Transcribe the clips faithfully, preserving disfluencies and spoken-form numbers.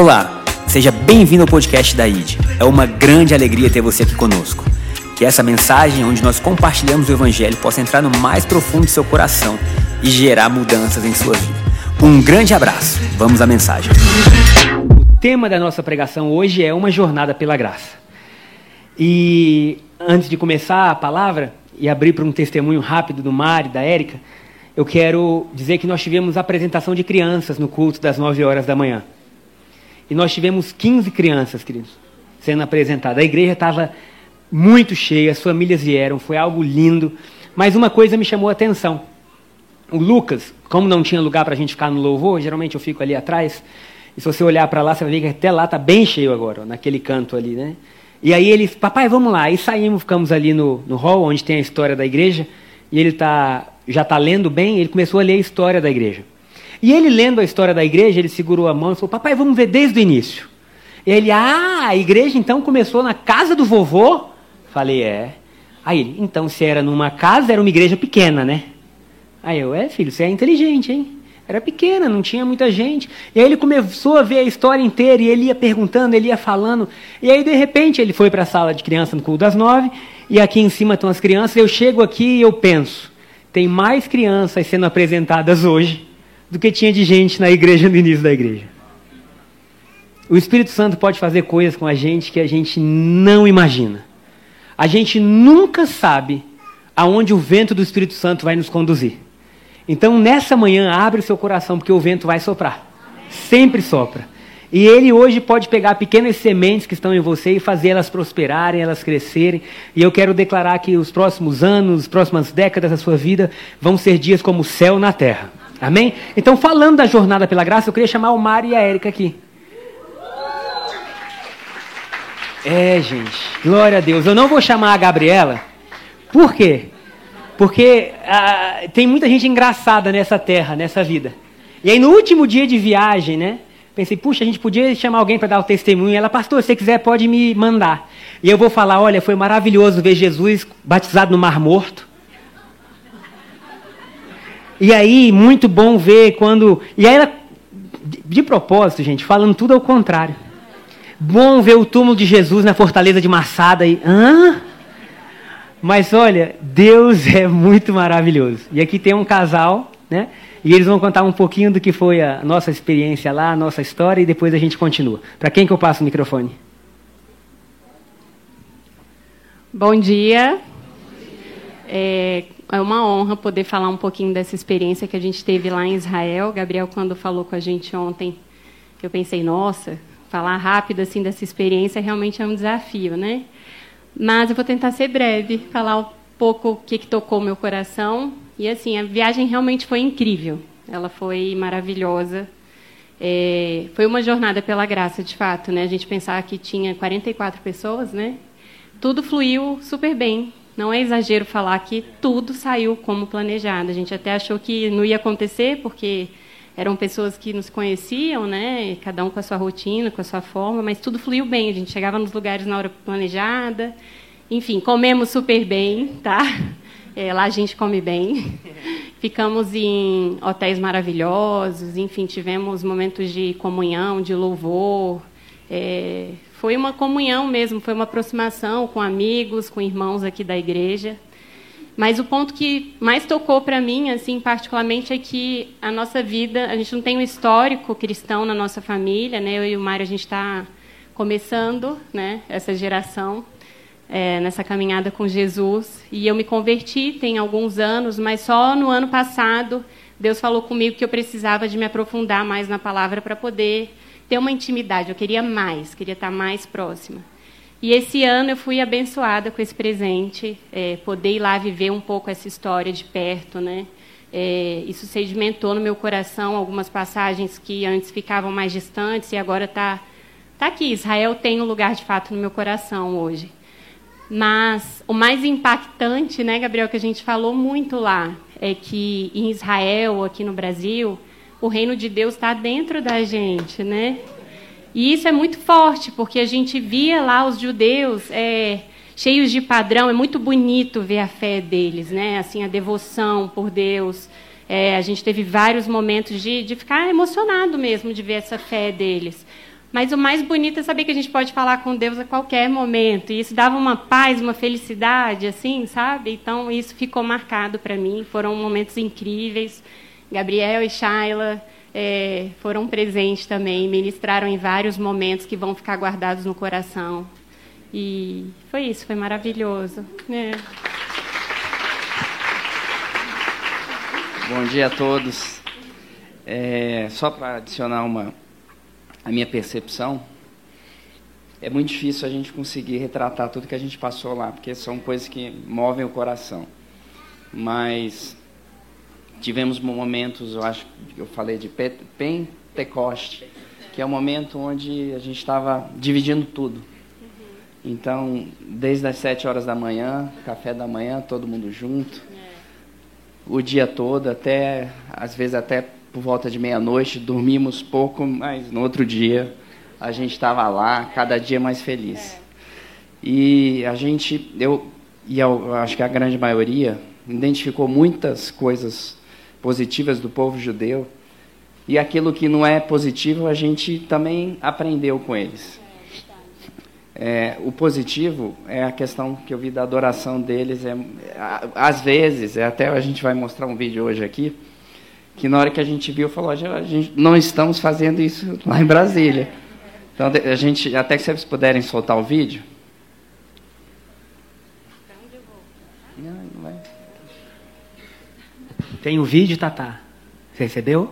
Olá, seja bem-vindo ao podcast da I D. É uma grande alegria ter você aqui conosco. Que essa mensagem, onde nós compartilhamos o Evangelho, possa entrar no mais profundo do seu coração e gerar mudanças em sua vida. Um grande abraço. Vamos à mensagem. O tema da nossa pregação hoje é uma jornada pela graça. E antes de começar a palavra e abrir para um testemunho rápido do Mário e da Érica, eu quero dizer que nós tivemos a apresentação de crianças no culto das nove horas da manhã. E nós tivemos quinze crianças, queridos, sendo apresentadas. A igreja estava muito cheia, as famílias vieram, foi algo lindo. Mas uma coisa me chamou a atenção. O Lucas, como não tinha lugar para a gente ficar no louvor, geralmente eu fico ali atrás, e se você olhar para lá, você vai ver que até lá está bem cheio agora, ó, naquele canto ali, né? E aí ele, papai, vamos lá. E saímos, ficamos ali no, no hall, onde tem a história da igreja, e ele tá, já está lendo bem, ele começou a ler a história da igreja. E ele lendo a história da igreja, ele segurou a mão e falou, papai, vamos ver desde o início. E ele, ah, a igreja então começou na casa do vovô? Falei, é. Aí ele, então se era numa casa, era uma igreja pequena, né? Aí eu, é filho, você é inteligente, hein? Era pequena, não tinha muita gente. E aí ele começou a ver a história inteira, e ele ia perguntando, ele ia falando. E aí, de repente, ele foi para a sala de criança no culto das nove, e aqui em cima estão as crianças. Eu chego aqui e eu penso, tem mais crianças sendo apresentadas hoje do que tinha de gente na igreja no início da igreja. O Espírito Santo pode fazer coisas com a gente que a gente não imagina. A gente nunca sabe aonde o vento do Espírito Santo vai nos conduzir. Então, nessa manhã, abre o seu coração, porque o vento vai soprar. Sempre sopra. E ele hoje pode pegar pequenas sementes que estão em você e fazer elas prosperarem, elas crescerem. E eu quero declarar que os próximos anos, as próximas décadas da sua vida vão ser dias como o céu na terra. Amém? Então, falando da jornada pela graça, eu queria chamar o Mário e a Érica aqui. É, gente, glória a Deus. Eu não vou chamar a Gabriela. Por quê? Porque ah, tem muita gente engraçada nessa terra, nessa vida. E aí, no último dia de viagem, né? Pensei, puxa, a gente podia chamar alguém para dar o testemunho. Ela, pastor, se você quiser, pode me mandar. E eu vou falar, olha, foi maravilhoso ver Jesus batizado no Mar Morto. E aí, muito bom ver quando... E aí ela, de, de propósito, gente, falando tudo ao contrário. Bom ver o túmulo de Jesus na fortaleza de Massada. E, hã? Mas olha, Deus é muito maravilhoso. E aqui tem um casal, né? E eles vão contar um pouquinho do que foi a nossa experiência lá, a nossa história, e depois a gente continua. Para quem que eu passo o microfone? Bom dia. É... É uma honra poder falar um pouquinho dessa experiência que a gente teve lá em Israel. Gabriel, quando falou com a gente ontem, eu pensei, nossa, falar rápido assim dessa experiência realmente é um desafio, né? Mas eu vou tentar ser breve, falar um pouco o que, que tocou meu coração. E assim, a viagem realmente foi incrível. Ela foi maravilhosa. É, foi uma jornada pela graça, de fato, né? A gente pensava que tinha quarenta e quatro pessoas, né? Tudo fluiu super bem. Não é exagero falar que tudo saiu como planejado. A gente até achou que não ia acontecer, porque eram pessoas que nos conheciam, né? Cada um com a sua rotina, com a sua forma, mas tudo fluiu bem. A gente chegava nos lugares na hora planejada. Enfim, comemos super bem, tá? É, lá a gente come bem. Ficamos em hotéis maravilhosos, enfim, tivemos momentos de comunhão, de louvor. É, foi uma comunhão mesmo, foi uma aproximação com amigos, com irmãos aqui da igreja. Mas o ponto que mais tocou para mim, assim, particularmente, é que a nossa vida, a gente não tem um histórico cristão na nossa família, né? Eu e o Mário, a gente está começando, né, essa geração, é, nessa caminhada com Jesus. E eu me converti tem alguns anos, mas só no ano passado Deus falou comigo que eu precisava de me aprofundar mais na palavra para poder ter uma intimidade. Eu queria mais, queria estar mais próxima. E esse ano eu fui abençoada com esse presente, é, poder ir lá viver um pouco essa história de perto, né? É, isso sedimentou no meu coração algumas passagens que antes ficavam mais distantes e agora está tá aqui. Israel tem um lugar de fato no meu coração hoje. Mas o mais impactante, né, Gabriel, que a gente falou muito lá, é que em Israel, aqui no Brasil, o reino de Deus está dentro da gente, né? E isso é muito forte, porque a gente via lá os judeus é, cheios de padrão. É muito bonito ver a fé deles, né? Assim, a devoção por Deus. É, a gente teve vários momentos de, de ficar emocionado mesmo de ver essa fé deles. Mas o mais bonito é saber que a gente pode falar com Deus a qualquer momento. E isso dava uma paz, uma felicidade, assim, sabe? Então, isso ficou marcado para mim. Foram momentos incríveis. Gabriel e Shayla é, foram presentes também, ministraram em vários momentos que vão ficar guardados no coração. E foi isso, foi maravilhoso. É. Bom dia a todos. É, só para adicionar uma, a minha percepção, é muito difícil a gente conseguir retratar tudo que a gente passou lá, porque são coisas que movem o coração. Mas tivemos momentos, eu acho que eu falei de Pentecoste, que é o momento onde a gente estava dividindo tudo. Então, desde as sete horas da manhã, café da manhã, todo mundo junto, o dia todo, até, às vezes até por volta de meia-noite, dormimos pouco, mas no outro dia a gente estava lá, cada dia mais feliz. E a gente, eu, e eu acho que a grande maioria, identificou muitas coisas positivas do povo judeu, e aquilo que não é positivo, a gente também aprendeu com eles. É, o positivo é a questão que eu vi da adoração deles. É, às vezes, é, até a gente vai mostrar um vídeo hoje aqui, que na hora que a gente viu, falou, a gente não estamos fazendo isso lá em Brasília. Então, a gente, até que vocês puderem soltar o vídeo. Não, não vai. Tem o vídeo, Tatá? Você recebeu?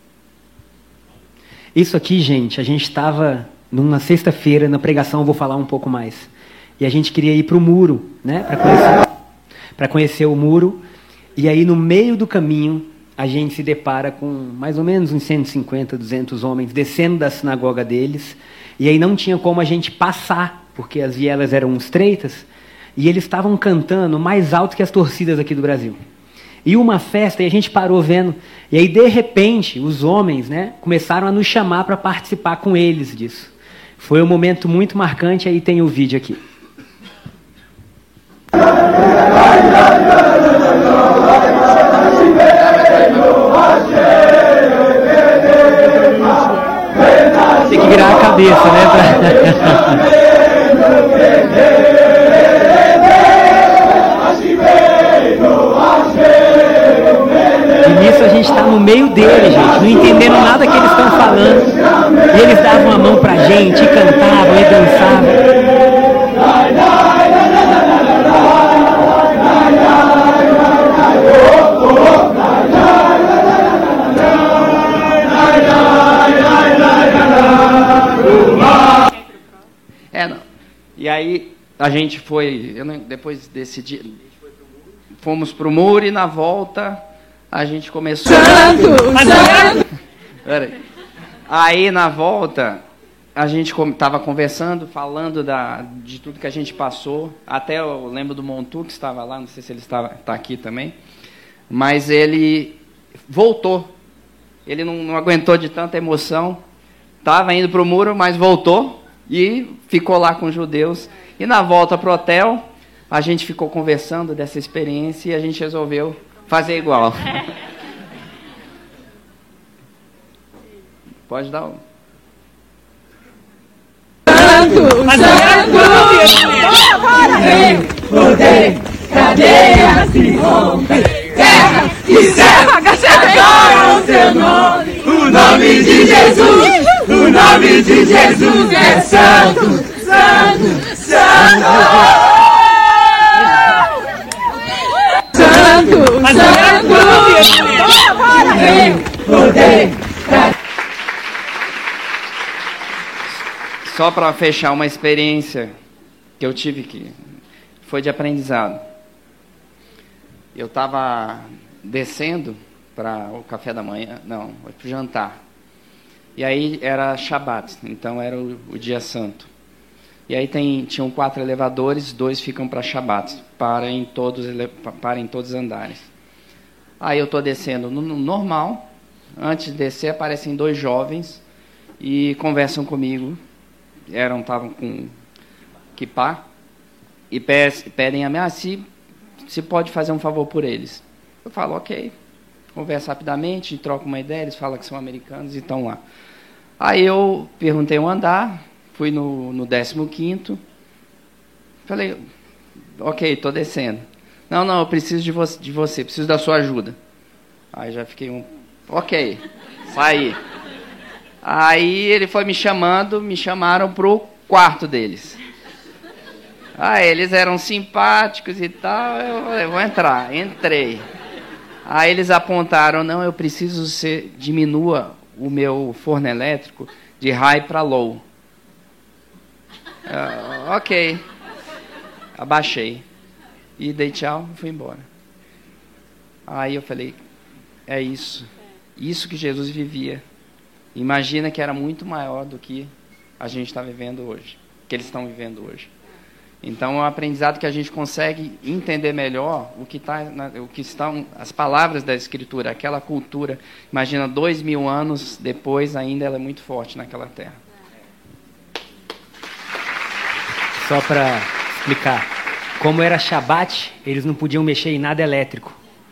Isso aqui, gente, a gente estava numa sexta-feira, na pregação eu vou falar um pouco mais. E a gente queria ir para o muro, né, para conhecer, para conhecer o muro. E aí, no meio do caminho, a gente se depara com mais ou menos uns cento e cinquenta, duzentos homens descendo da sinagoga deles. E aí não tinha como a gente passar, porque as vielas eram estreitas. E eles estavam cantando mais alto que as torcidas aqui do Brasil. E uma festa, e a gente parou vendo. E aí, de repente, os homens, né, começaram a nos chamar para participar com eles disso. Foi um momento muito marcante, aí tem o vídeo aqui. Tem que virar a cabeça, né? Pra... E nisso a gente está no meio deles, gente, não entendendo nada que eles estão falando. E eles davam a mão pra gente, e cantavam, e dançavam. É, não. E aí a gente foi, eu não, depois desse dia, fomos pro muro e na volta a gente começou... Santo! Santo! Peraí. Aí, na volta, a gente estava conversando, falando da, de tudo que a gente passou. Até eu lembro do Montu, que estava lá, não sei se ele está tá aqui também. Mas ele voltou. Ele não, não aguentou de tanta emoção. Estava indo para o muro, mas voltou e ficou lá com os judeus. E na volta para o hotel, a gente ficou conversando dessa experiência e a gente resolveu fazer igual. Pode dar um. Santo! Santo! Vem, poder, cadeia se rompe, terra e céu adoram o seu nome. O nome de Jesus, o nome de Jesus é santo, santo, santo! Santo! Santo! Vem, poder, cadeia. Só para fechar uma experiência que eu tive que foi de aprendizado. Eu estava descendo para o café da manhã, não, para o jantar. E aí era Shabat, então era o, o dia santo. E aí tem, tinham quatro elevadores, dois ficam para Shabat, para em todos, para em todos os andares. Aí eu estou descendo no, no normal, antes de descer aparecem dois jovens e conversam comigo. Eram, estavam com kippá e pedem a mim, ah, se, se pode fazer um favor por eles. Eu falo, ok. Conversa rapidamente, troca uma ideia, eles falam que são americanos e estão lá. Aí eu perguntei um andar, fui no, no décimo quinto, falei, ok, estou descendo. Não, não, eu preciso de, vo de você, preciso da sua ajuda. Aí já fiquei um, ok, saí. Aí ele foi me chamando, me chamaram para o quarto deles. Ah, eles eram simpáticos e tal, eu falei, vou entrar, entrei. Aí eles apontaram, não, eu preciso que você diminua o meu forno elétrico de high para low. Uh, ok. Abaixei. E dei tchau e fui embora. Aí eu falei, é isso. Isso que Jesus vivia. Imagina que era muito maior do que a gente está vivendo hoje. Que eles estão vivendo hoje. Então, é um aprendizado que a gente consegue entender melhor o que, tá na, o que estão as palavras da Escritura, aquela cultura. Imagina, dois mil anos depois, ainda ela é muito forte naquela terra. Só para explicar, como era Shabat, eles não podiam mexer em nada elétrico.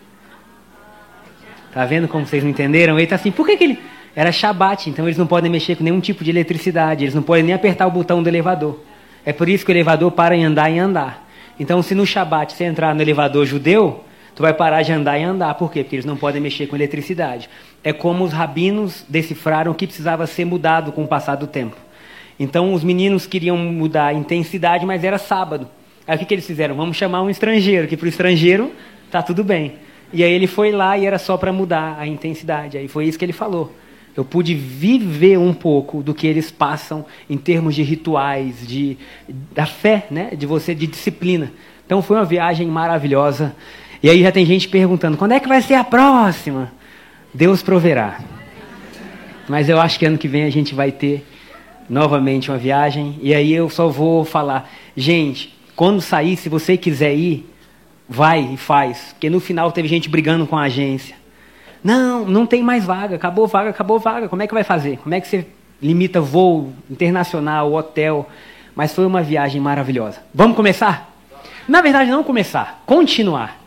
Tá vendo como vocês não entenderam? Ele tá assim, por que que ele... Era Shabat, então eles não podem mexer com nenhum tipo de eletricidade, eles não podem nem apertar o botão do elevador. É por isso que o elevador para em andar e andar. Então, se no Shabat você entrar no elevador judeu, tu vai parar de andar e andar. Por quê? Porque eles não podem mexer com eletricidade. É como os rabinos decifraram que precisava ser mudado com o passar do tempo. Então, os meninos queriam mudar a intensidade, mas era sábado. Aí o que, que eles fizeram? Vamos chamar um estrangeiro, que para o estrangeiro está tudo bem. E aí ele foi lá e era só para mudar a intensidade. Aí foi isso que ele falou. Eu pude viver um pouco do que eles passam em termos de rituais, de, da fé, né? De você, de disciplina. Então foi uma viagem maravilhosa. E aí já tem gente perguntando, quando é que vai ser a próxima? Deus proverá. Mas eu acho que ano que vem a gente vai ter novamente uma viagem. E aí eu só vou falar, gente, quando sair, se você quiser ir, vai e faz. Porque no final teve gente brigando com a agência. Não, não tem mais vaga, acabou vaga, acabou vaga. Como é que vai fazer? Como é que você limita voo internacional, hotel? Mas foi uma viagem maravilhosa. Vamos começar? Na verdade, não começar, continuar.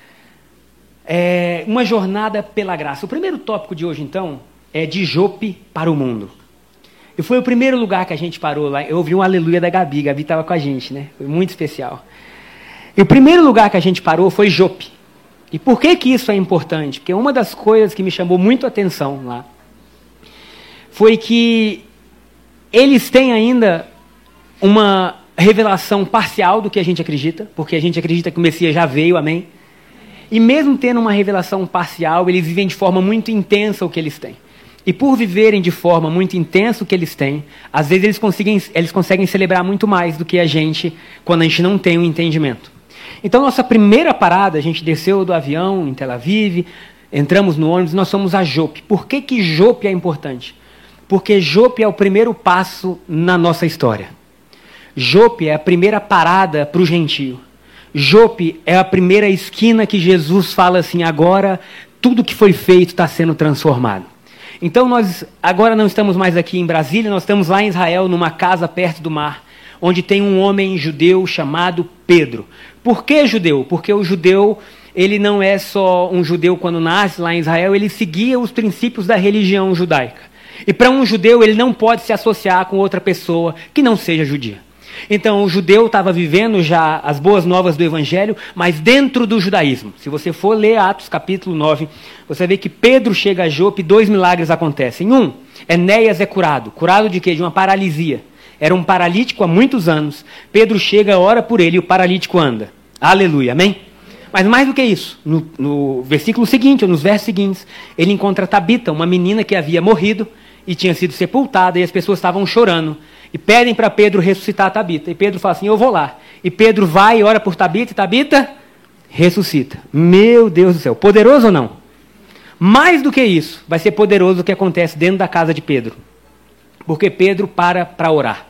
É uma jornada pela graça. O primeiro tópico de hoje, então, é de Jope para o mundo. E foi o primeiro lugar que a gente parou lá. Eu ouvi um aleluia da Gabi, Gabi estava com a gente, né? Foi muito especial. E o primeiro lugar que a gente parou foi Jope. E por que que isso é importante? Porque uma das coisas que me chamou muito a atenção lá foi que eles têm ainda uma revelação parcial do que a gente acredita, porque a gente acredita que o Messias já veio, amém? E mesmo tendo uma revelação parcial, eles vivem de forma muito intensa o que eles têm. E por viverem de forma muito intensa o que eles têm, às vezes eles conseguem, eles conseguem celebrar muito mais do que a gente quando a gente não tem um entendimento. Então, nossa primeira parada, a gente desceu do avião em Tel Aviv, entramos no ônibus, nós fomos a Jope. Por que que Jope é importante? Porque Jope é o primeiro passo na nossa história. Jope é a primeira parada para o gentio. Jope é a primeira esquina que Jesus fala assim, agora tudo que foi feito está sendo transformado. Então, nós agora não estamos mais aqui em Brasília, nós estamos lá em Israel, numa casa perto do mar, onde tem um homem judeu chamado Pedro. Por que judeu? Porque o judeu, ele não é só um judeu quando nasce lá em Israel, ele seguia os princípios da religião judaica. E para um judeu, ele não pode se associar com outra pessoa que não seja judia. Então, o judeu estava vivendo já as boas novas do Evangelho, mas dentro do judaísmo. Se você for ler Atos capítulo nove, você vê que Pedro chega a Jope e dois milagres acontecem. Um, Enéas é curado. Curado de quê? De uma paralisia. Era um paralítico há muitos anos. Pedro chega, ora por ele e o paralítico anda. Aleluia, amém? Mas mais do que isso, no, no versículo seguinte, ou nos versos seguintes, ele encontra Tabita, uma menina que havia morrido e tinha sido sepultada, e as pessoas estavam chorando. E pedem para Pedro ressuscitar a Tabita. E Pedro fala assim, eu vou lá. E Pedro vai e ora por Tabita, e Tabita ressuscita. Meu Deus do céu, poderoso ou não? Mais do que isso, vai ser poderoso o que acontece dentro da casa de Pedro. Porque Pedro para para orar.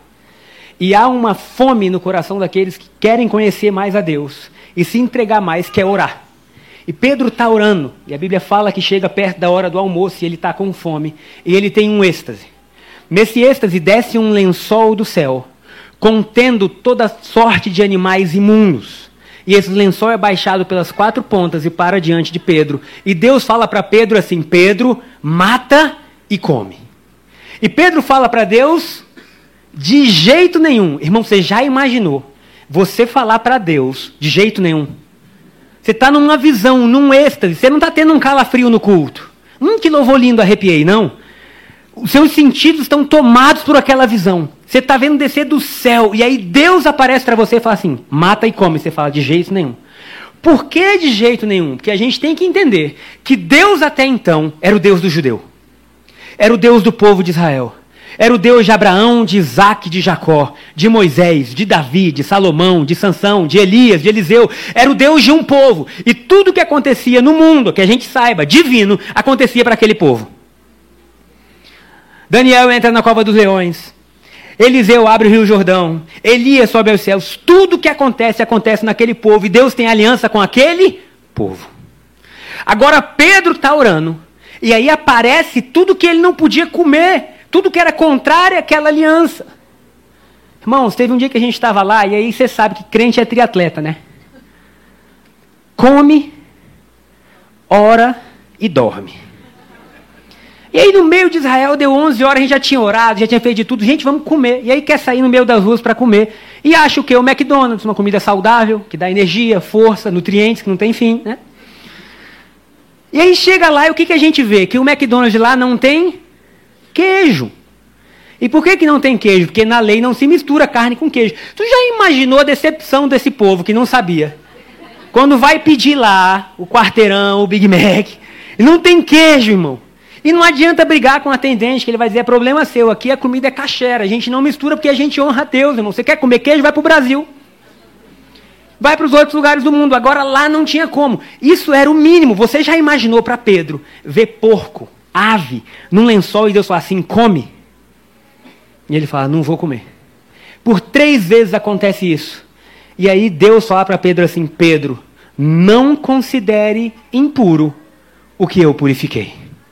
E há uma fome no coração daqueles que querem conhecer mais a Deus e se entregar mais, que é orar. E Pedro está orando, e a Bíblia fala que chega perto da hora do almoço e ele está com fome, e ele tem um êxtase. Nesse êxtase desce um lençol do céu, contendo toda sorte de animais imundos. E esse lençol é baixado pelas quatro pontas e para diante de Pedro. E Deus fala para Pedro assim, Pedro, mata e come. E Pedro fala para Deus, de jeito nenhum. Irmão, você já imaginou você falar para Deus, de jeito nenhum? Você está numa visão, num êxtase, você não está tendo um calafrio no culto. Hum, que louvor lindo, arrepiei, não. Os seus sentidos estão tomados por aquela visão. Você está vendo descer do céu, e aí Deus aparece para você e fala assim, mata e come. Você fala, de jeito nenhum. Por que de jeito nenhum? Porque a gente tem que entender que Deus até então era o Deus do judeu. Era o Deus do povo de Israel. Era o Deus de Abraão, de Isaac, de Jacó, de Moisés, de Davi, de Salomão, de Sansão, de Elias, de Eliseu. Era o Deus de um povo. E tudo que acontecia no mundo, que a gente saiba, divino, acontecia para aquele povo. Daniel entra na cova dos leões. Eliseu abre o rio Jordão. Elias sobe aos céus. Tudo que acontece, acontece naquele povo. E Deus tem aliança com aquele povo. Agora Pedro está orando. E aí aparece tudo que ele não podia comer. Tudo que era contrário àquela aliança. Irmãos, teve um dia que a gente estava lá, e aí você sabe que crente é triatleta, né? Come, ora e dorme. E aí no meio de Israel, deu onze horas, a gente já tinha orado, já tinha feito de tudo. Gente, vamos comer. E aí quer sair no meio das ruas para comer. E acha o quê? O McDonald's, uma comida saudável, que dá energia, força, nutrientes, que não tem fim, né? E aí chega lá, e o que, que a gente vê? Que o McDonald's lá não tem queijo. E por que, que não tem queijo? Porque na lei não se mistura carne com queijo. Tu já imaginou a decepção desse povo que não sabia? Quando vai pedir lá o quarteirão, o Big Mac, e não tem queijo, irmão. E não adianta brigar com o atendente, que ele vai dizer, é problema seu, aqui a comida é caché, a gente não mistura porque a gente honra a Deus, irmão. Você quer comer queijo, vai para o Brasil. Vai para os outros lugares do mundo. Agora lá não tinha como. Isso era o mínimo. Você já imaginou para Pedro ver porco, ave, num lençol e Deus fala assim, come? E ele fala, não vou comer. Por três vezes acontece isso. E aí Deus fala para Pedro assim, Pedro, não considere impuro o que eu purifiquei.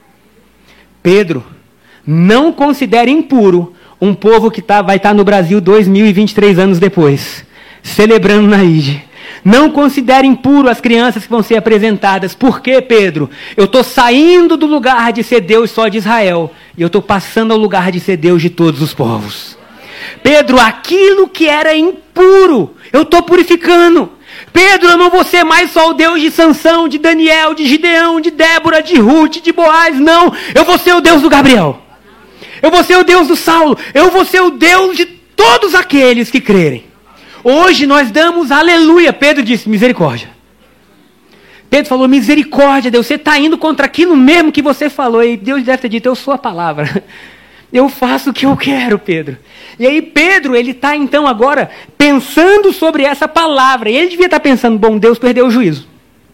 Pedro, não considere impuro um povo que tá, vai estar tá no Brasil dois mil e vinte e três anos depois, celebrando na I D. Não considere impuro as crianças que vão ser apresentadas. Por quê, Pedro? Eu estou saindo do lugar de ser Deus só de Israel. E eu estou passando ao lugar de ser Deus de todos os povos. Pedro, aquilo que era impuro, eu estou purificando. Pedro, eu não vou ser mais só o Deus de Sansão, de Daniel, de Gideão, de Débora, de Ruth, de Boaz. Não, eu vou ser o Deus do Gabriel. Eu vou ser o Deus do Saulo. Eu vou ser o Deus de todos aqueles que crerem. Hoje nós damos aleluia. Pedro disse, misericórdia. Pedro falou, misericórdia, Deus. Você está indo contra aquilo mesmo que você falou. E Deus deve ter dito, eu sou a palavra. Eu faço o que eu quero, Pedro. E aí Pedro, ele está então agora pensando sobre essa palavra. E ele devia estar pensando, bom, Deus perdeu o juízo.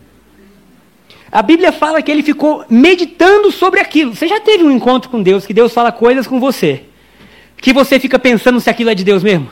A Bíblia fala que ele ficou meditando sobre aquilo. Você já teve um encontro com Deus, que Deus fala coisas com você, que você fica pensando se aquilo é de Deus mesmo?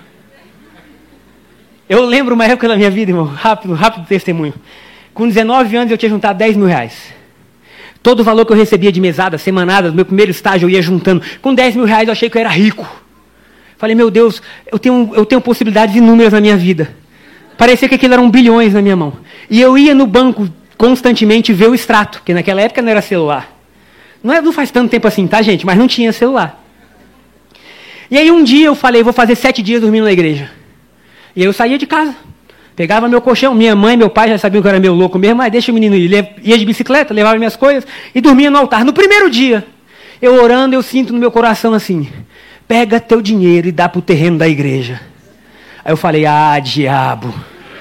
Eu lembro uma época da minha vida, irmão, rápido, rápido testemunho. Com dezenove anos eu tinha juntado dez mil reais. Todo o valor que eu recebia de mesada, semanada, do meu primeiro estágio eu ia juntando. Com dez mil reais eu achei que eu era rico. Falei, meu Deus, eu tenho, eu tenho possibilidades inúmeras na minha vida. Parecia que aquilo eram bilhões na minha mão. E eu ia no banco constantemente ver o extrato, porque naquela época não era celular. Não, é, não faz tanto tempo assim, tá, gente? Mas não tinha celular. E aí um dia eu falei, vou fazer sete dias dormindo na igreja. E aí eu saía de casa. Pegava meu colchão, minha mãe e meu pai já sabiam que eu era meio louco mesmo, mas deixa o menino ir. Ia de bicicleta, levava minhas coisas e dormia no altar. No primeiro dia, eu orando, eu sinto no meu coração assim, pega teu dinheiro e dá para o terreno da igreja. Aí eu falei, ah, diabo,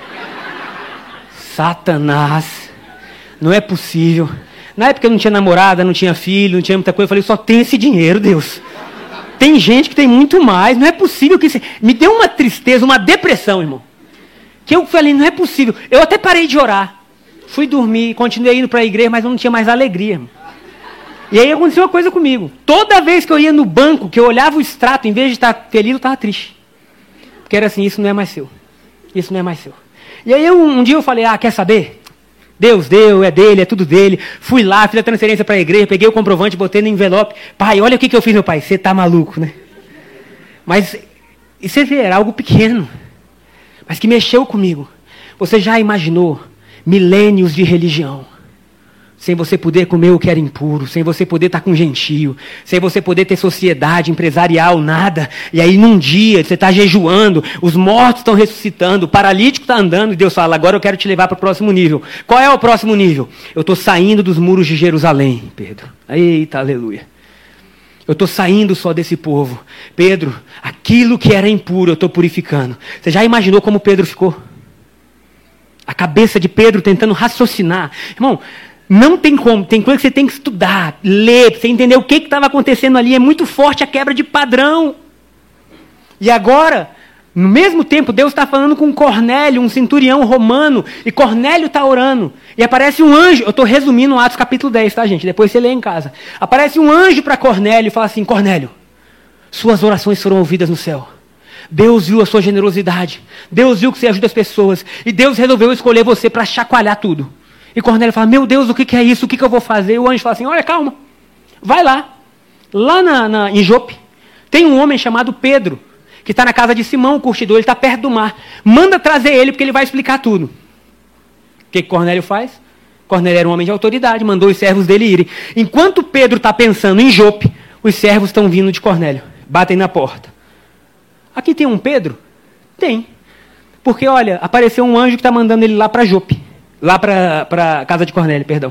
Satanás, não é possível. Na época eu não tinha namorada, não tinha filho, não tinha muita coisa. Eu falei, só tem esse dinheiro, Deus. Tem gente que tem muito mais, não é possível que... Isso... Me deu uma tristeza, uma depressão, irmão. Que eu falei, não é possível. Eu até parei de orar. Fui dormir, continuei indo para a igreja, mas eu não tinha mais alegria, irmão. E aí aconteceu uma coisa comigo. Toda vez que eu ia no banco, que eu olhava o extrato, em vez de estar feliz, eu estava triste. Porque era assim, isso não é mais seu. Isso não é mais seu. E aí eu, um dia eu falei, ah, quer saber? Deus deu, é dele, é tudo dele. Fui lá, fiz a transferência para a igreja, peguei o comprovante, botei no envelope. Pai, olha o que, que eu fiz, meu pai. Você tá maluco, né? Mas isso era algo pequeno, mas que mexeu comigo. Você já imaginou milênios de religião? sem você poder comer o que era impuro, sem você poder estar com gentio, sem você poder ter sociedade empresarial, nada. E aí num dia você está jejuando, os mortos estão ressuscitando, o paralítico está andando, e Deus fala, agora eu quero te levar para o próximo nível. Qual é o próximo nível? Eu estou saindo dos muros de Jerusalém, Pedro. Eita, aleluia. Eu estou saindo só desse povo. Pedro, aquilo que era impuro eu estou purificando. Você já imaginou como Pedro ficou? A cabeça de Pedro tentando raciocinar. Irmão, não tem como, tem coisa que você tem que estudar, ler, para você entender o que estava acontecendo ali. É muito forte a quebra de padrão. E agora, no mesmo tempo, Deus está falando com Cornélio, um centurião romano, e Cornélio está orando. E aparece um anjo, eu estou resumindo Atos capítulo dez, tá, gente? Depois você lê em casa. Aparece um anjo para Cornélio e fala assim, Cornélio, suas orações foram ouvidas no céu. Deus viu a sua generosidade. Deus viu que você ajuda as pessoas. E Deus resolveu escolher você para chacoalhar tudo. E Cornélio fala, meu Deus, o que, que é isso? O que, que eu vou fazer? E o anjo fala assim, olha, calma. Vai lá. Lá na, na, em Jope, tem um homem chamado Pedro, que está na casa de Simão, o curtidor, ele está perto do mar. Manda trazer ele, porque ele vai explicar tudo. O que, que Cornélio faz? Cornélio era um homem de autoridade, mandou os servos dele irem. Enquanto Pedro está pensando em Jope, os servos estão vindo de Cornélio. Batem na porta. Aqui tem um Pedro? Tem. Porque, olha, apareceu um anjo que está mandando ele lá para Jope. Lá para a casa de Cornélio, perdão.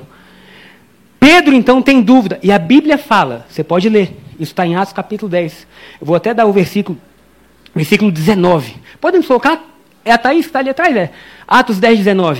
Pedro, então, tem dúvida. E a Bíblia fala, você pode ler. Isso está em Atos capítulo dez. Eu vou até dar o versículo, versículo dezenove. Podem colocar? É a Thaís que está ali atrás, é. Atos dez, dezenove.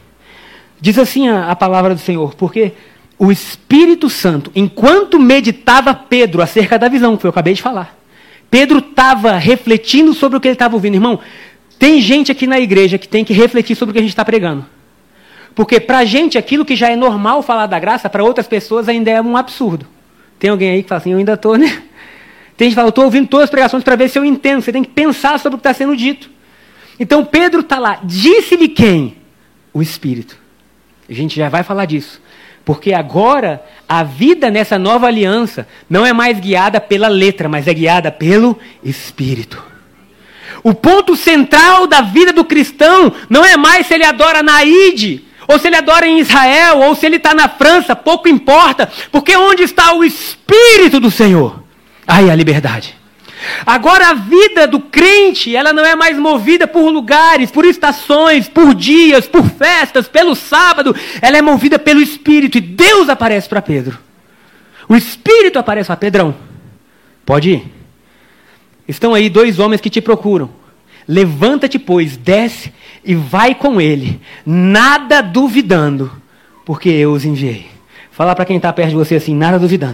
Diz assim a, a palavra do Senhor. Porque o Espírito Santo, enquanto meditava Pedro acerca da visão, que eu acabei de falar, Pedro estava refletindo sobre o que ele estava ouvindo. Irmão, tem gente aqui na igreja que tem que refletir sobre o que a gente está pregando. Porque para a gente, aquilo que já é normal falar da graça, para outras pessoas ainda é um absurdo. Tem alguém aí que fala assim, eu ainda estou, né? Tem gente que fala, eu estou ouvindo todas as pregações para ver se eu entendo. Você tem que pensar sobre o que está sendo dito. Então Pedro está lá. Disse-lhe quem? O Espírito. A gente já vai falar disso. Porque agora, a vida nessa nova aliança não é mais guiada pela letra, mas é guiada pelo Espírito. O ponto central da vida do cristão não é mais se ele adora na Ide, ou se ele adora em Israel, ou se ele está na França, pouco importa. Porque onde está o Espírito do Senhor? Aí a liberdade. Agora a vida do crente, ela não é mais movida por lugares, por estações, por dias, por festas, pelo sábado. Ela é movida pelo Espírito. E Deus aparece para Pedro. O Espírito aparece para Pedrão. Pode ir. Estão aí dois homens que te procuram. Levanta-te, pois, desce e vai com ele, nada duvidando, porque eu os enviei. Fala para quem está perto de você assim, nada duvidando.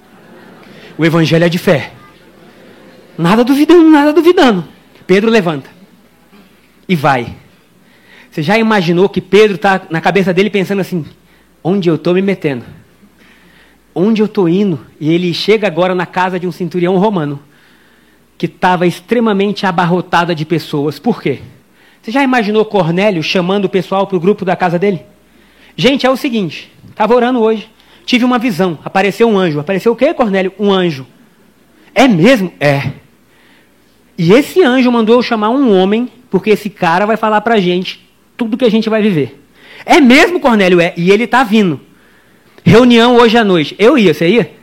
O evangelho é de fé. Nada duvidando, nada duvidando. Pedro levanta e vai. Você já imaginou que Pedro está na cabeça dele pensando assim, onde eu estou me metendo? Onde eu estou indo? E ele chega agora na casa de um centurião romano, que estava extremamente abarrotada de pessoas. Por quê? Você já imaginou Cornélio chamando o pessoal para o grupo da casa dele? Gente, é o seguinte, estava orando hoje, tive uma visão, apareceu um anjo. Apareceu o quê, Cornélio? Um anjo. É mesmo? É. E esse anjo mandou eu chamar um homem, porque esse cara vai falar para a gente tudo que a gente vai viver. É mesmo, Cornélio? É. E ele está vindo. Reunião hoje à noite. Eu ia, você ia?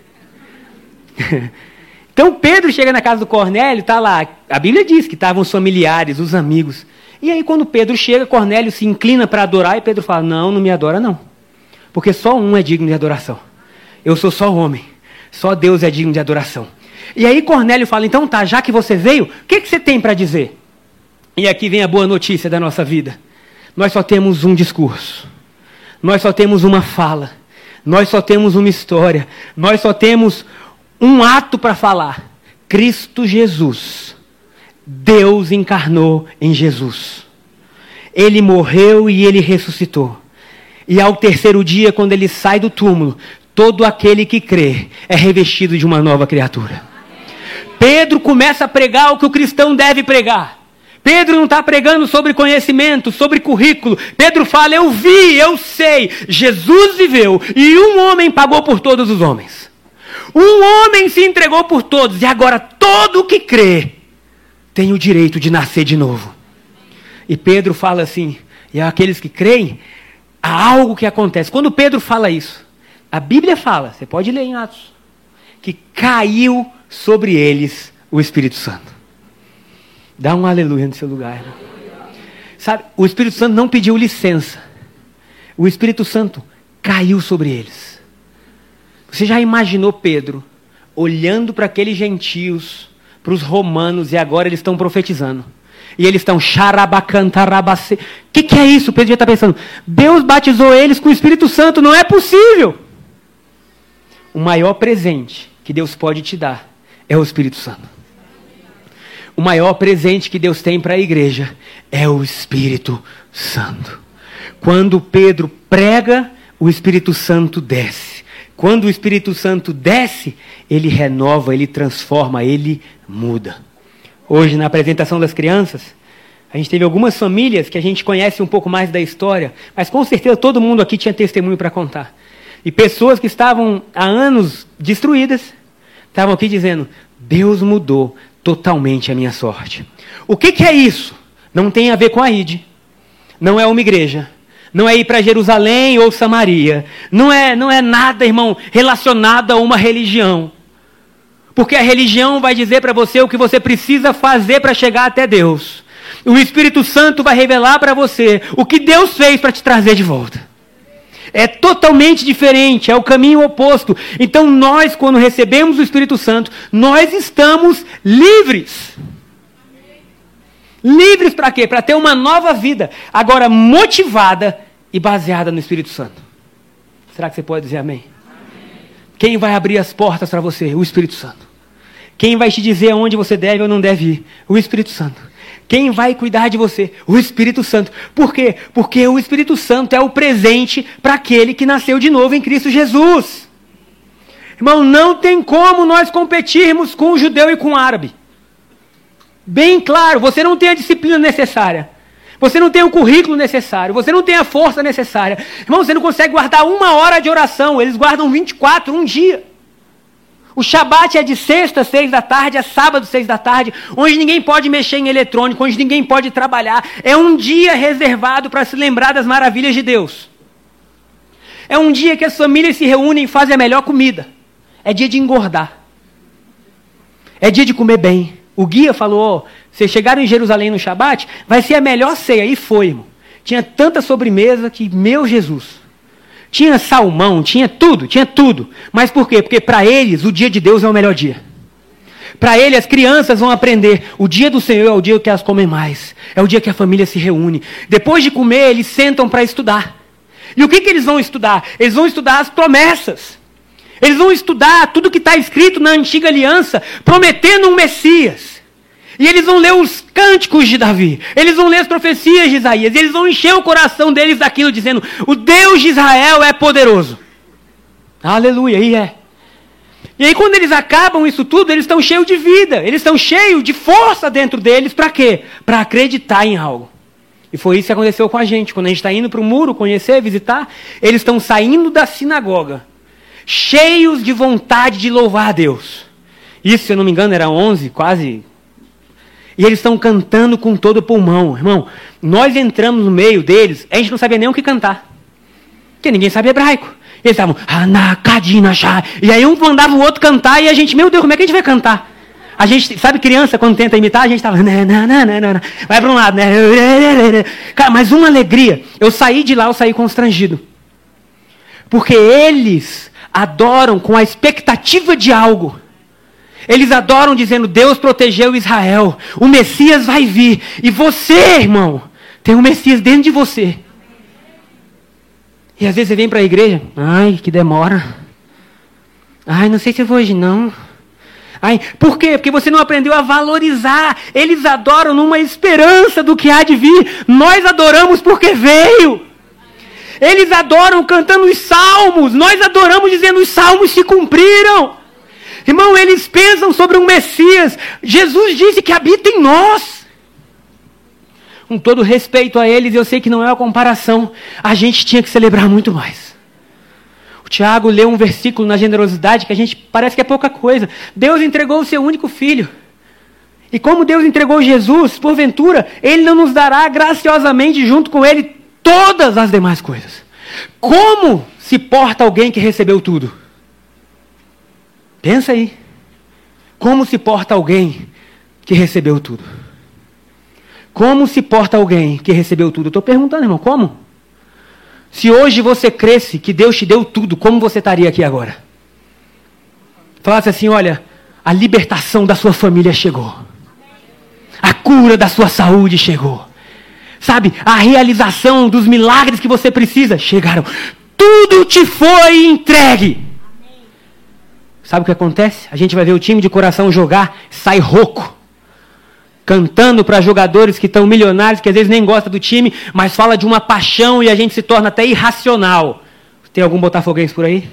Então Pedro chega na casa do Cornélio, está lá. A Bíblia diz que estavam os familiares, os amigos. E aí quando Pedro chega, Cornélio se inclina para adorar e Pedro fala, não, não me adora não. Porque só um é digno de adoração. Eu sou só homem. Só Deus é digno de adoração. E aí Cornélio fala, então tá, já que você veio, o que, que você tem para dizer? E aqui vem a boa notícia da nossa vida. Nós só temos um discurso. Nós só temos uma fala. Nós só temos uma história. Nós só temos um ato para falar. Cristo Jesus. Deus encarnou em Jesus. Ele morreu e ele ressuscitou. E ao terceiro dia, quando ele sai do túmulo, todo aquele que crê é revestido de uma nova criatura. Pedro começa a pregar o que o cristão deve pregar. Pedro não está pregando sobre conhecimento, sobre currículo. Pedro fala, eu vi, eu sei. Jesus viveu e um homem pagou por todos os homens. Um homem se entregou por todos. E agora todo que crê tem o direito de nascer de novo. E Pedro fala assim, e aqueles que creem há algo que acontece. Quando Pedro fala isso, a Bíblia fala, você pode ler em Atos, que caiu sobre eles o Espírito Santo. Dá um aleluia no seu lugar, irmão. Sabe, o Espírito Santo não pediu licença. O Espírito Santo caiu sobre eles. Você já imaginou Pedro olhando para aqueles gentios, para os romanos, e agora eles estão profetizando? E eles estão xarabacantarabacê. O que, que é isso? Pedro já está pensando, Deus batizou eles com o Espírito Santo, não é possível. O maior presente que Deus pode te dar é o Espírito Santo. O maior presente que Deus tem para a igreja é o Espírito Santo. Quando Pedro prega, o Espírito Santo desce. Quando o Espírito Santo desce, ele renova, ele transforma, ele muda. Hoje, na apresentação das crianças, a gente teve algumas famílias que a gente conhece um pouco mais da história, mas com certeza todo mundo aqui tinha testemunho para contar. E pessoas que estavam há anos destruídas, estavam aqui dizendo, Deus mudou totalmente a minha sorte. O que, que é isso? Não tem a ver com a I D, não é uma igreja, não é ir para Jerusalém ou Samaria, não é, não é nada, irmão, relacionado a uma religião. Porque a religião vai dizer para você o que você precisa fazer para chegar até Deus. O Espírito Santo vai revelar para você o que Deus fez para te trazer de volta. É totalmente diferente, é o caminho oposto. Então nós, quando recebemos o Espírito Santo, nós estamos livres. Livres para quê? Para ter uma nova vida, agora motivada e baseada no Espírito Santo. Será que você pode dizer amém? Amém. Quem vai abrir as portas para você? O Espírito Santo. Quem vai te dizer aonde você deve ou não deve ir? O Espírito Santo. Quem vai cuidar de você? O Espírito Santo. Por quê? Porque o Espírito Santo é o presente para aquele que nasceu de novo em Cristo Jesus. Irmão, não tem como nós competirmos com o judeu e com o árabe. Bem claro, você não tem a disciplina necessária. Você não tem o currículo necessário. Você não tem a força necessária. Irmão, você não consegue guardar uma hora de oração. Eles guardam vinte e quatro, um dia. O Shabat é de sexta, seis da tarde, a sábado, seis da tarde, onde ninguém pode mexer em eletrônico, onde ninguém pode trabalhar. É um dia reservado para se lembrar das maravilhas de Deus. É um dia que as famílias se reúnem e fazem a melhor comida. É dia de engordar. É dia de comer bem. O guia falou, oh, vocês chegaram em Jerusalém no Shabat, vai ser a melhor ceia. E foi, irmão. Tinha tanta sobremesa que, meu Jesus... Tinha salmão, tinha tudo, tinha tudo. Mas por quê? Porque para eles o dia de Deus é o melhor dia. Para eles as crianças vão aprender. O dia do Senhor é o dia que elas comem mais. É o dia que a família se reúne. Depois de comer, eles sentam para estudar. E o que, que eles vão estudar? Eles vão estudar as promessas. Eles vão estudar tudo que está escrito na antiga aliança, prometendo um Messias. E eles vão ler os cânticos de Davi. Eles vão ler as profecias de Isaías. E eles vão encher o coração deles daquilo, dizendo, o Deus de Israel é poderoso. Aleluia, e é. E aí quando eles acabam isso tudo, eles estão cheios de vida. Eles estão cheios de força dentro deles. Para quê? Para acreditar em algo. E foi isso que aconteceu com a gente. Quando a gente está indo para o muro, conhecer, visitar, eles estão saindo da sinagoga, cheios de vontade de louvar a Deus. Isso, se eu não me engano, era onze, quase... E eles estão cantando com todo o pulmão. Irmão, nós entramos no meio deles, a gente não sabia nem o que cantar. Porque ninguém sabia hebraico. Eles estavam, e aí um mandava o outro cantar, e a gente, meu Deus, como é que a gente vai cantar? A gente, sabe criança, quando tenta imitar, a gente estava, vai para um lado, né? Cara, mas uma alegria. Eu saí de lá, eu saí constrangido. Porque eles adoram com a expectativa de algo. Eles adoram dizendo, Deus protegeu Israel, o Messias vai vir. E você, irmão, tem um Messias dentro de você. E às vezes você vem para a igreja, ai, que demora. Ai, não sei se eu vou hoje não. Ai, por quê? Porque você não aprendeu a valorizar. Eles adoram numa esperança do que há de vir. Nós adoramos porque veio. Eles adoram cantando os salmos. Nós adoramos dizendo os salmos se cumpriram. Irmão, eles pensam sobre um Messias. Jesus disse que habita em nós. Com todo respeito a eles, eu sei que não é uma comparação. A gente tinha que celebrar muito mais. O Tiago leu um versículo na generosidade que a gente parece que é pouca coisa. Deus entregou o seu único filho. E como Deus entregou Jesus, porventura, Ele não nos dará graciosamente junto com Ele todas as demais coisas. Como se porta alguém que recebeu tudo? Pensa aí. Como se porta alguém que recebeu tudo? Como se porta alguém que recebeu tudo? Eu estou perguntando, irmão, como? Se hoje você cresce que Deus te deu tudo, como você estaria aqui agora? Falasse assim, olha, a libertação da sua família chegou. A cura da sua saúde chegou. Sabe, a realização dos milagres que você precisa chegaram. Tudo te foi entregue. Sabe o que acontece? A gente vai ver o time de coração jogar, sai rouco. Cantando para jogadores que estão milionários, que às vezes nem gostam do time, mas fala de uma paixão e a gente se torna até irracional. Tem algum botafoguense por aí?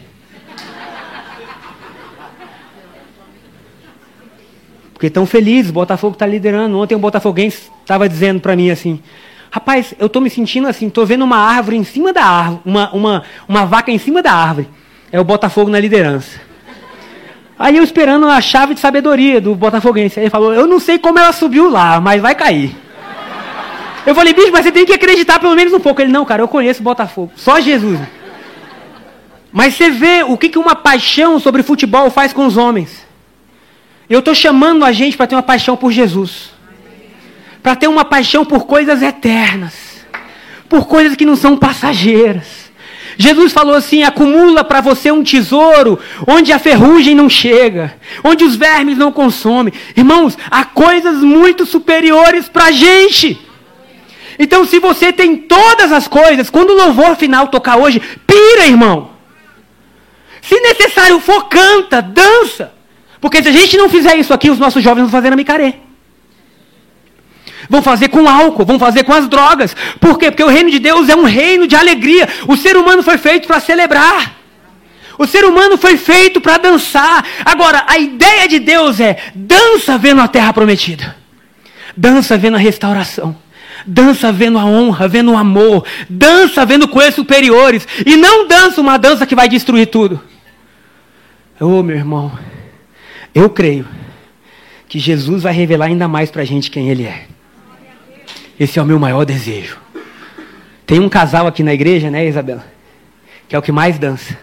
Porque estão felizes, o Botafogo está liderando. Ontem um botafoguense estava dizendo para mim assim, rapaz, eu estou me sentindo assim, estou vendo uma árvore em cima da árvore, uma, uma, uma vaca em cima da árvore. É o Botafogo na liderança. Aí eu esperando a chave de sabedoria do botafoguense. Aí ele falou, eu não sei como ela subiu lá, mas vai cair. Eu falei, bicho, mas você tem que acreditar pelo menos um pouco. Ele, não, cara, eu conheço o Botafogo. Só Jesus. Mas você vê o que uma paixão sobre futebol faz com os homens. Eu estou chamando a gente para ter uma paixão por Jesus. Para ter uma paixão por coisas eternas. Por coisas que não são passageiras. Jesus falou assim, acumula para você um tesouro onde a ferrugem não chega, onde os vermes não consomem. Irmãos, há coisas muito superiores para a gente. Então se você tem todas as coisas, quando o louvor final tocar hoje, pira, irmão. Se necessário for, canta, dança. Porque se a gente não fizer isso aqui, os nossos jovens vão fazer na micaré. Vão fazer com álcool, vão fazer com as drogas. Por quê? Porque o reino de Deus é um reino de alegria. O ser humano foi feito para celebrar. O ser humano foi feito para dançar. Agora, a ideia de Deus é dança vendo a terra prometida. Dança vendo a restauração. Dança vendo a honra, vendo o amor. Dança vendo coisas superiores. E não dança uma dança que vai destruir tudo. Ô, meu irmão, eu creio que Jesus vai revelar ainda mais para a gente quem Ele é. Esse é o meu maior desejo. Tem um casal aqui na igreja, né, Isabela? Que é o que mais dança.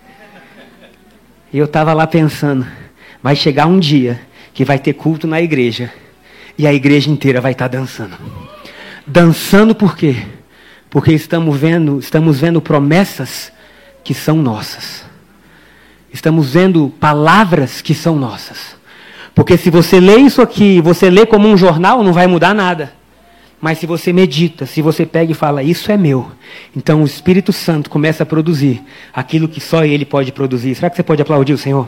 E eu estava lá pensando, vai chegar um dia que vai ter culto na igreja e a igreja inteira vai estar dançando. Dançando por quê? Porque estamos vendo, estamos vendo promessas que são nossas. Estamos vendo palavras que são nossas. Porque se você lê isso aqui, você lê como um jornal, não vai mudar nada. Mas se você medita, se você pega e fala, isso é meu, então o Espírito Santo começa a produzir aquilo que só Ele pode produzir. Será que você pode aplaudir o Senhor?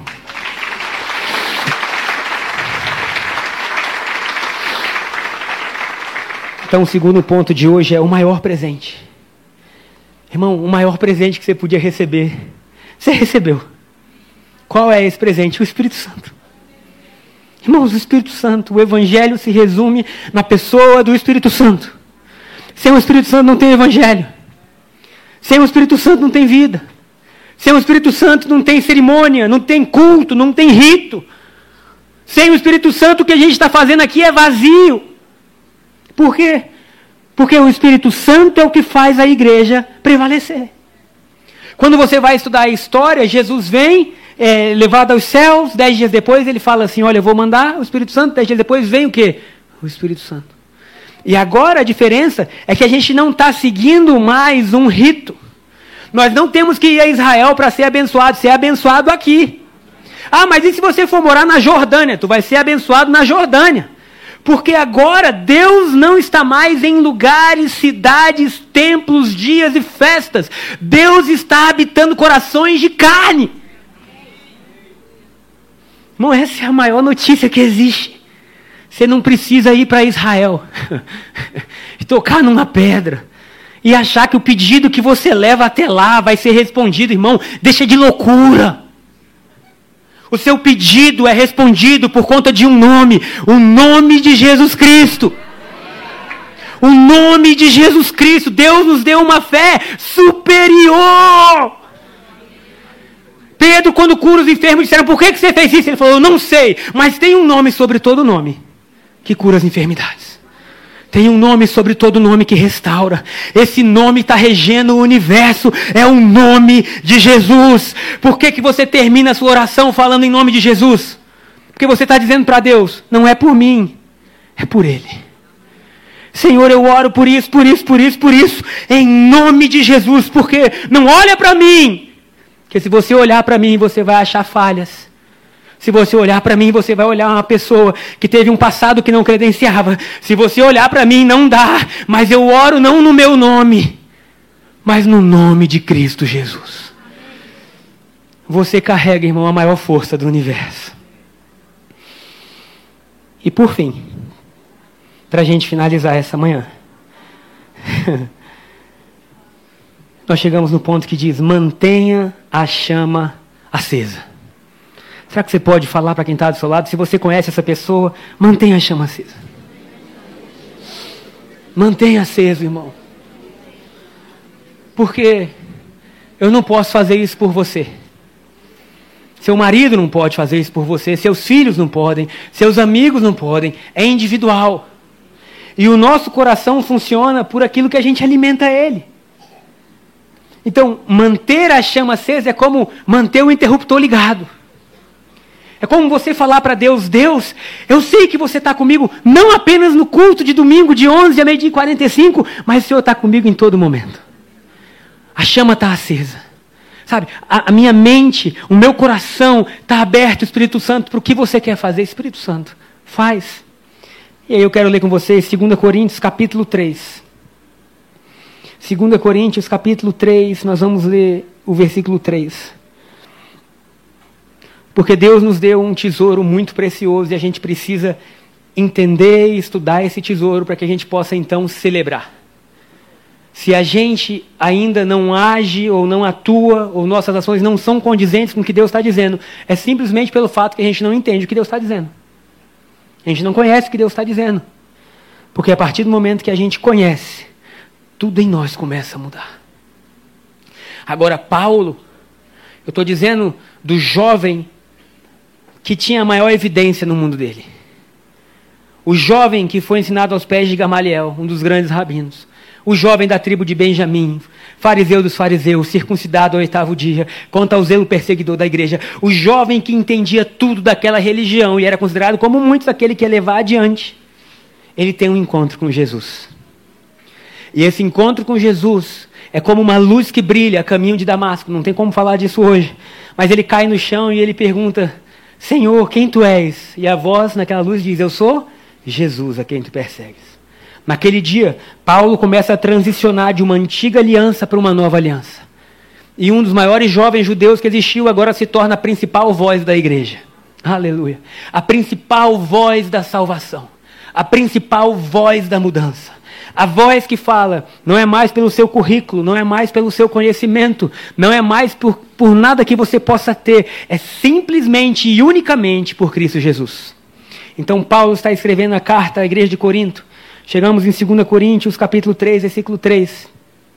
Então o segundo ponto de hoje é o maior presente. Irmão, o maior presente que você podia receber, você recebeu. Qual é esse presente? O Espírito Santo. Irmãos, o Espírito Santo, o Evangelho se resume na pessoa do Espírito Santo. Sem o Espírito Santo não tem Evangelho. Sem o Espírito Santo não tem vida. Sem o Espírito Santo não tem cerimônia, não tem culto, não tem rito. Sem o Espírito Santo o que a gente está fazendo aqui é vazio. Por quê? Porque o Espírito Santo é o que faz a igreja prevalecer. Quando você vai estudar a história, Jesus vem... É, levado aos céus, dez dias depois ele fala assim, olha, eu vou mandar o Espírito Santo, dez dias depois vem o quê? O Espírito Santo. E agora a diferença é que a gente não está seguindo mais um rito. Nós não temos que ir a Israel para ser abençoado, ser abençoado aqui. Ah, mas e se você for morar na Jordânia? Tu vai ser abençoado na Jordânia. Porque agora Deus não está mais em lugares, cidades, templos, dias e festas. Deus está habitando corações de carne. Irmão, essa é a maior notícia que existe. Você não precisa ir para Israel e tocar numa pedra e achar que o pedido que você leva até lá vai ser respondido, irmão. Deixa de loucura. O seu pedido é respondido por conta de um nome, o nome de Jesus Cristo. O nome de Jesus Cristo. Deus nos deu uma fé superior. Pedro, quando cura os enfermos, disseram, por que, que você fez isso? Ele falou, eu não sei, mas tem um nome sobre todo nome, que cura as enfermidades. Tem um nome sobre todo nome que restaura. Esse nome está regendo o universo. É o nome de Jesus. Por que que você termina a sua oração falando em nome de Jesus? Porque você está dizendo para Deus, não é por mim, é por Ele. Senhor, eu oro por isso, por isso, por isso, por isso, em nome de Jesus. Porque não olha para mim. Porque se você olhar para mim, você vai achar falhas. Se você olhar para mim, você vai olhar uma pessoa que teve um passado que não credenciava. Se você olhar para mim, não dá. Mas eu oro não no meu nome, mas no nome de Cristo Jesus. Você carrega, irmão, a maior força do universo. E por fim, para a gente finalizar essa manhã, nós chegamos no ponto que diz, mantenha a chama acesa. Será que você pode falar para quem está do seu lado? Se você conhece essa pessoa, mantenha a chama acesa. Mantenha aceso, irmão. Porque eu não posso fazer isso por você. Seu marido não pode fazer isso por você. Seus filhos não podem. Seus amigos não podem. É individual. E o nosso coração funciona por aquilo que a gente alimenta ele. Então, manter a chama acesa é como manter o interruptor ligado. É como você falar para Deus, Deus, eu sei que você está comigo, não apenas no culto de domingo de onze a meio-dia e quarenta e cinco, mas o Senhor está comigo em todo momento. A chama está acesa. Sabe, a, a minha mente, o meu coração está aberto, Espírito Santo, para o que você quer fazer, Espírito Santo, faz. E aí eu quero ler com vocês dois Coríntios capítulo três. dois Coríntios capítulo três, nós vamos ler o versículo três. Porque Deus nos deu um tesouro muito precioso e a gente precisa entender e estudar esse tesouro para que a gente possa então celebrar. Se a gente ainda não age ou não atua, ou nossas ações não são condizentes com o que Deus está dizendo, é simplesmente pelo fato que a gente não entende o que Deus está dizendo. A gente não conhece o que Deus está dizendo. Porque a partir do momento que a gente conhece, tudo em nós começa a mudar. Agora, Paulo, eu estou dizendo do jovem que tinha a maior evidência no mundo dele. O jovem que foi ensinado aos pés de Gamaliel, um dos grandes rabinos. O jovem da tribo de Benjamim, fariseu dos fariseus, circuncidado ao oitavo dia, contra o zelo perseguidor da igreja. O jovem que entendia tudo daquela religião e era considerado como muitos aquele que ia levar adiante. Ele tem um encontro com Jesus. E esse encontro com Jesus é como uma luz que brilha a caminho de Damasco. Não tem como falar disso hoje. Mas ele cai no chão e ele pergunta, Senhor, quem tu és? E a voz naquela luz diz, eu sou Jesus a quem tu persegues. Naquele dia, Paulo começa a transicionar de uma antiga aliança para uma nova aliança. E um dos maiores jovens judeus que existiu agora se torna a principal voz da igreja. Aleluia. A principal voz da salvação. A principal voz da mudança. A voz que fala, não é mais pelo seu currículo, não é mais pelo seu conhecimento, não é mais por, por nada que você possa ter, é simplesmente e unicamente por Cristo Jesus. Então Paulo está escrevendo a carta à igreja de Corinto. Chegamos em dois Coríntios, capítulo três, versículo três.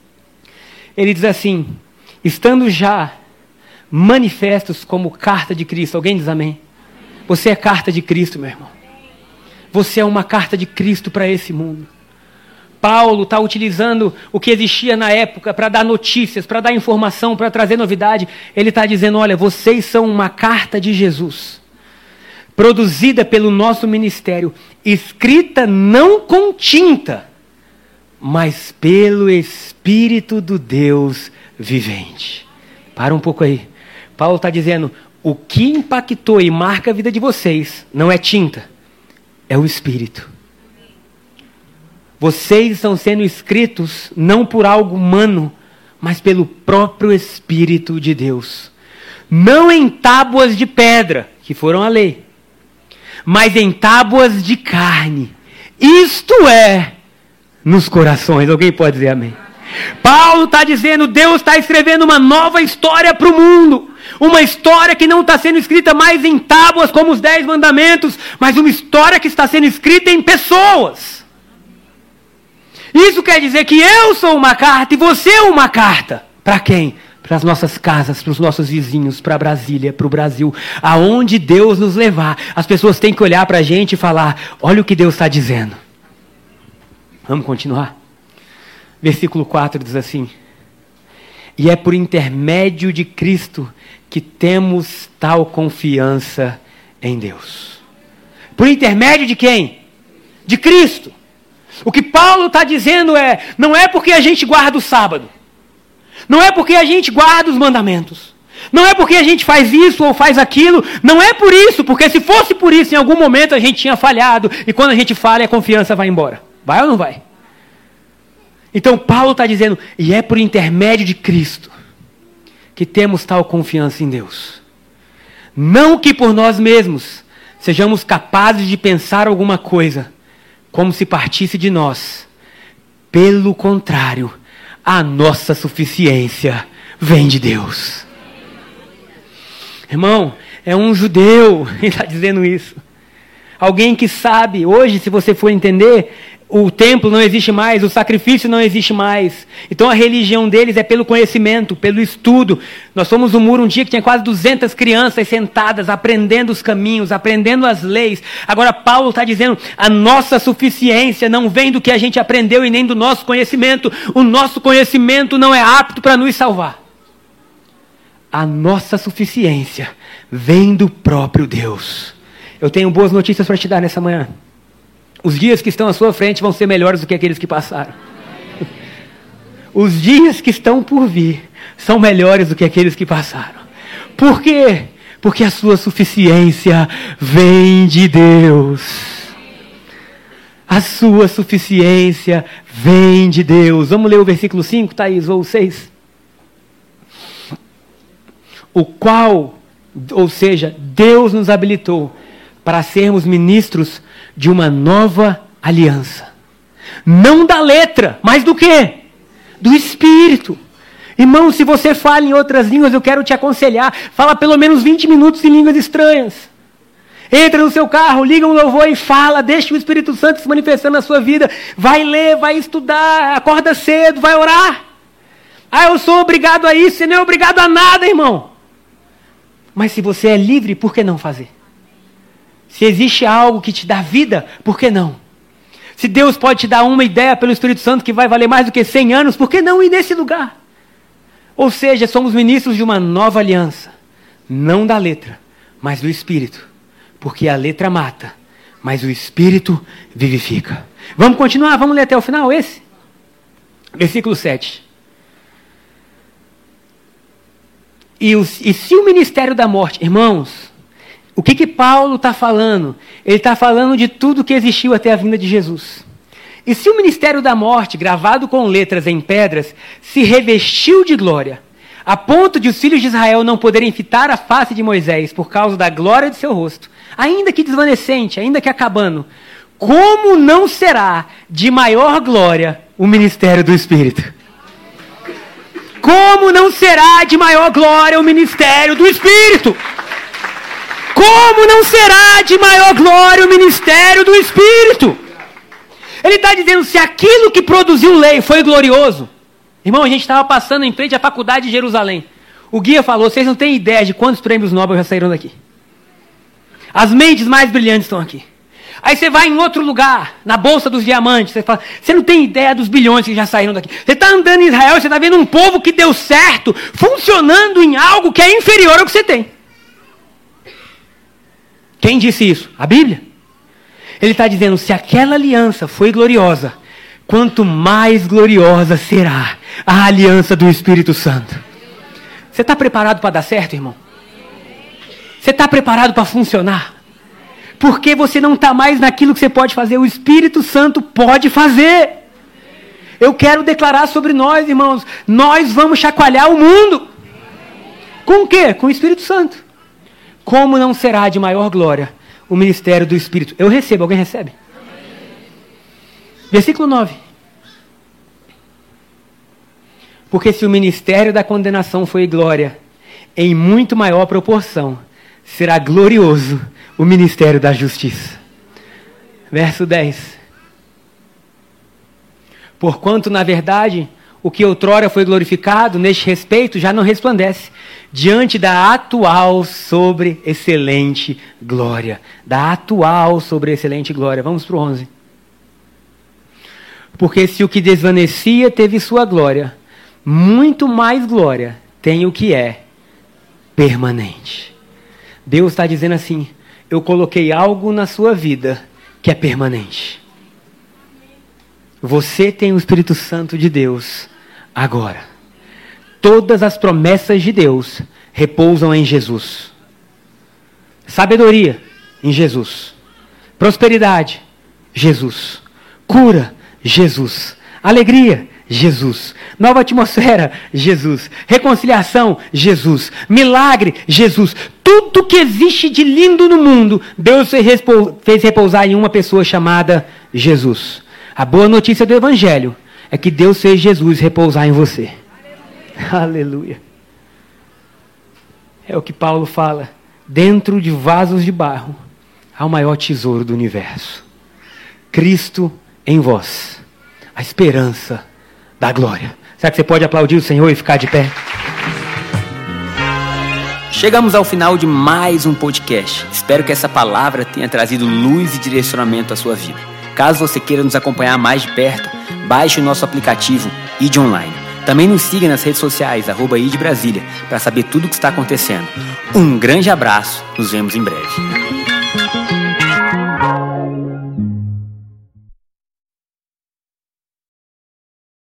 Ele diz assim, estando já manifestos como carta de Cristo. Alguém diz amém? Você é carta de Cristo, meu irmão. Você é uma carta de Cristo para esse mundo. Paulo está utilizando o que existia na época para dar notícias, para dar informação, para trazer novidade. Ele está dizendo, olha, vocês são uma carta de Jesus, produzida pelo nosso ministério, escrita não com tinta, mas pelo Espírito do Deus vivente. Para um pouco aí. Paulo está dizendo, o que impactou e marca a vida de vocês não é tinta, é o Espírito. Vocês estão sendo escritos não por algo humano, mas pelo próprio Espírito de Deus. Não em tábuas de pedra, que foram a lei, mas em tábuas de carne. Isto é, nos corações. Alguém pode dizer amém? Paulo está dizendo, Deus está escrevendo uma nova história para o mundo. Uma história que não está sendo escrita mais em tábuas como os dez mandamentos, mas uma história que está sendo escrita em pessoas. Isso quer dizer que eu sou uma carta e você é uma carta. Para quem? Para as nossas casas, para os nossos vizinhos, para Brasília, para o Brasil. Aonde Deus nos levar, as pessoas têm que olhar para a gente e falar, olha o que Deus está dizendo. Vamos continuar? Versículo quatro diz assim: e é por intermédio de Cristo que temos tal confiança em Deus. Por intermédio de quem? De Cristo. O que Paulo está dizendo é, não é porque a gente guarda o sábado, não é porque a gente guarda os mandamentos, não é porque a gente faz isso ou faz aquilo, não é por isso, porque se fosse por isso, em algum momento a gente tinha falhado, e quando a gente falha, a confiança vai embora. Vai ou não vai? Então Paulo está dizendo, e é por intermédio de Cristo que temos tal confiança em Deus. Não que por nós mesmos sejamos capazes de pensar alguma coisa como se partisse de nós. Pelo contrário, a nossa suficiência vem de Deus. Irmão, é um judeu que está dizendo isso. Alguém que sabe, hoje, se você for entender, o templo não existe mais, o sacrifício não existe mais. Então a religião deles é pelo conhecimento, pelo estudo. Nós fomos no muro um dia que tinha quase duzentas crianças sentadas, aprendendo os caminhos, aprendendo as leis. Agora Paulo está dizendo, a nossa suficiência não vem do que a gente aprendeu e nem do nosso conhecimento. O nosso conhecimento não é apto para nos salvar. A nossa suficiência vem do próprio Deus. Eu tenho boas notícias para te dar nessa manhã. Os dias que estão à sua frente vão ser melhores do que aqueles que passaram. Os dias que estão por vir são melhores do que aqueles que passaram. Por quê? Porque a sua suficiência vem de Deus. A sua suficiência vem de Deus. Vamos ler o versículo cinco, Thaís, ou seis. O qual, ou seja, Deus nos habilitou para sermos ministros de uma nova aliança. Não da letra, mas do quê? Do Espírito. Irmão, se você fala em outras línguas, eu quero te aconselhar, fala pelo menos vinte minutos em línguas estranhas. Entra no seu carro, liga um louvor e fala, deixa o Espírito Santo se manifestando na sua vida. Vai ler, vai estudar, acorda cedo, vai orar. Ah, eu sou obrigado a isso, você não é obrigado a nada, irmão. Mas se você é livre, por que não fazer? Se existe algo que te dá vida, por que não? Se Deus pode te dar uma ideia pelo Espírito Santo que vai valer mais do que cem anos, por que não ir nesse lugar? Ou seja, somos ministros de uma nova aliança. Não da letra, mas do Espírito. Porque a letra mata, mas o Espírito vivifica. Vamos continuar? Vamos ler até o final esse? Versículo sete. E, os, e se o ministério da morte... Irmãos... O que que Paulo está falando? Ele está falando de tudo que existiu até a vinda de Jesus. E se o ministério da morte, gravado com letras em pedras, se revestiu de glória, a ponto de os filhos de Israel não poderem fitar a face de Moisés por causa da glória de seu rosto, ainda que desvanecente, ainda que acabando, como não será de maior glória o ministério do Espírito? Como não será de maior glória o ministério do Espírito? Como não será de maior glória o ministério do Espírito? Ele está dizendo, se aquilo que produziu lei foi glorioso... Irmão, a gente estava passando em frente à faculdade de Jerusalém. O guia falou, vocês não têm ideia de quantos prêmios Nobel já saíram daqui. As mentes mais brilhantes estão aqui. Aí você vai em outro lugar, na Bolsa dos Diamantes, você fala, você não tem ideia dos bilhões que já saíram daqui. Você está andando em Israel e você está vendo um povo que deu certo, funcionando em algo que é inferior ao que você tem. Quem disse isso? A Bíblia. Ele está dizendo, se aquela aliança foi gloriosa, quanto mais gloriosa será a aliança do Espírito Santo. Você está preparado para dar certo, irmão? Você está preparado para funcionar? Porque você não está mais naquilo que você pode fazer, o Espírito Santo pode fazer. Eu quero declarar sobre nós, irmãos, nós vamos chacoalhar o mundo. Com o quê? Com o Espírito Santo. Como não será de maior glória o ministério do Espírito? Eu recebo, alguém recebe? Versículo nove. Porque se o ministério da condenação foi glória, em muito maior proporção, será glorioso o ministério da justiça. Verso dez. Porquanto, na verdade, o que outrora foi glorificado, neste respeito, já não resplandece, diante da atual sobre excelente glória. Da atual sobre excelente glória. Vamos para o onze. Porque se o que desvanecia teve sua glória, muito mais glória tem o que é permanente. Deus está dizendo assim: eu coloquei algo na sua vida que é permanente. Você tem o Espírito Santo de Deus agora. Todas as promessas de Deus repousam em Jesus. Sabedoria, em Jesus. Prosperidade, Jesus. Cura, Jesus. Alegria, Jesus. Nova atmosfera, Jesus. Reconciliação, Jesus. Milagre, Jesus. Tudo que existe de lindo no mundo, Deus fez repousar em uma pessoa chamada Jesus. A boa notícia do Evangelho é que Deus fez Jesus repousar em você. Aleluia. Aleluia. É o que Paulo fala. Dentro de vasos de barro há o maior tesouro do universo. Cristo em vós. A esperança da glória. Será que você pode aplaudir o Senhor e ficar de pé? Chegamos ao final de mais um podcast. Espero que essa palavra tenha trazido luz e direcionamento à sua vida. Caso você queira nos acompanhar mais de perto, baixe o nosso aplicativo I D Online. Também nos siga nas redes sociais, arroba I D Brasília, para saber tudo o que está acontecendo. Um grande abraço, nos vemos em breve.